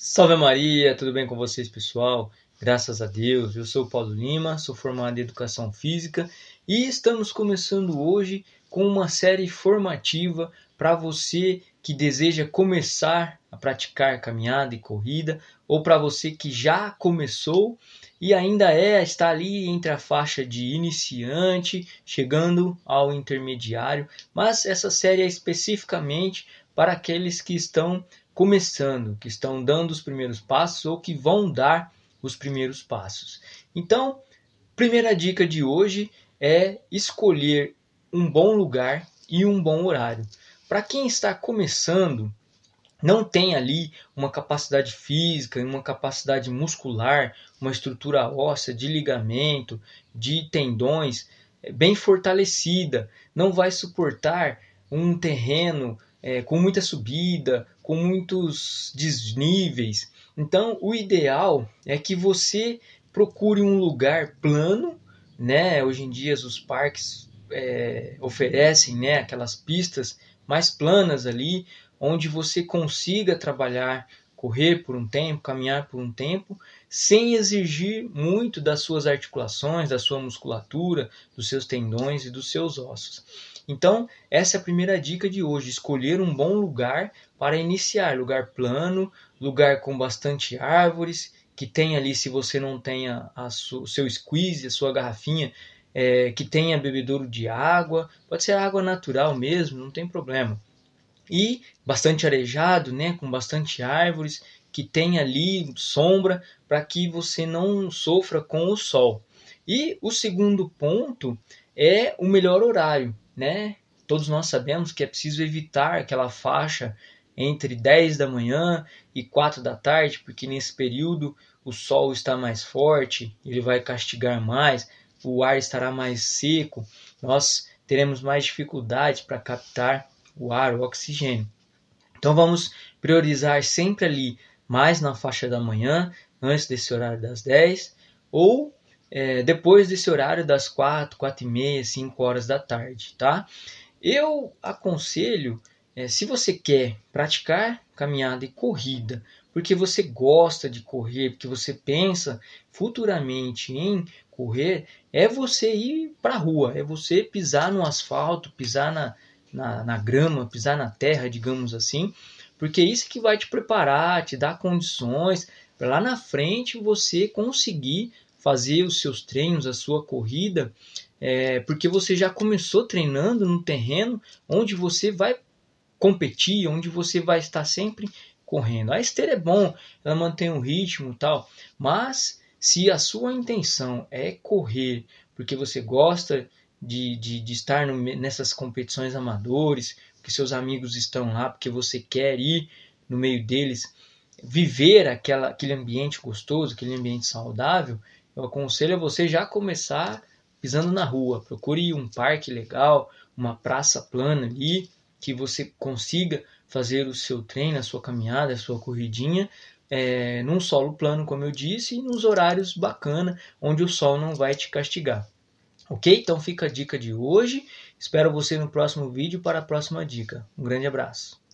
Salve Maria, tudo bem com vocês, pessoal? Graças a Deus, eu sou o Paulo Lima, sou formado em Educação Física e estamos começando hoje com uma série formativa para você que deseja começar a praticar caminhada e corrida ou para você que já começou e ainda está ali entre a faixa de iniciante, chegando ao intermediário, mas essa série é especificamente para aqueles que estão começando, que estão dando os primeiros passos ou que vão dar os primeiros passos. Então, primeira dica de hoje é escolher um bom lugar e um bom horário. Para quem está começando, não tem ali uma capacidade física, uma capacidade muscular, uma estrutura óssea de ligamento, de tendões bem fortalecida, não vai suportar um terreno com muita subida, com muitos desníveis. Então, o ideal é que você procure um lugar plano, né? Hoje em dia os parques oferecem, né, aquelas pistas mais planas ali, onde você consiga trabalhar, correr por um tempo, caminhar por um tempo, sem exigir muito das suas articulações, da sua musculatura, dos seus tendões e dos seus ossos. Então, essa é a primeira dica de hoje, escolher um bom lugar para iniciar, lugar plano, lugar com bastante árvores, que tenha ali, se você não tem o seu squeeze, a sua garrafinha, que tenha bebedouro de água, pode ser água natural mesmo, não tem problema. E bastante arejado, né, com bastante árvores, que tenha ali sombra para que você não sofra com o sol. E o segundo ponto é o melhor horário, né? Todos nós sabemos que é preciso evitar aquela faixa entre 10 da manhã e 4 da tarde, porque nesse período o sol está mais forte, ele vai castigar mais, o ar estará mais seco, nós teremos mais dificuldade para captar o ar, o oxigênio. Então vamos priorizar sempre ali mais na faixa da manhã, antes desse horário das 10, ou depois desse horário das 4, 4 e meia, 5 horas da tarde, tá? Eu aconselho, se você quer praticar caminhada e corrida, porque você gosta de correr, porque você pensa futuramente em correr, é você ir para a rua, é você pisar no asfalto, pisar na grama, pisar na terra, digamos assim, porque isso que vai te preparar, te dar condições para lá na frente você conseguir fazer os seus treinos, a sua corrida, porque você já começou treinando no terreno onde você vai competir, onde você vai estar sempre correndo. A esteira é bom, ela mantém um ritmo e tal, mas se a sua intenção é correr porque você gosta de estar nessas competições amadores, porque seus amigos estão lá, porque você quer ir no meio deles, viver aquele ambiente gostoso, aquele ambiente saudável, eu aconselho a você já começar pisando na rua. Procure um parque legal, uma praça plana ali, que você consiga fazer o seu treino, a sua caminhada, a sua corridinha, num solo plano, como eu disse, e nos horários bacana, onde o sol não vai te castigar. Ok? Então fica a dica de hoje. Espero você no próximo vídeo para a próxima dica. Um grande abraço.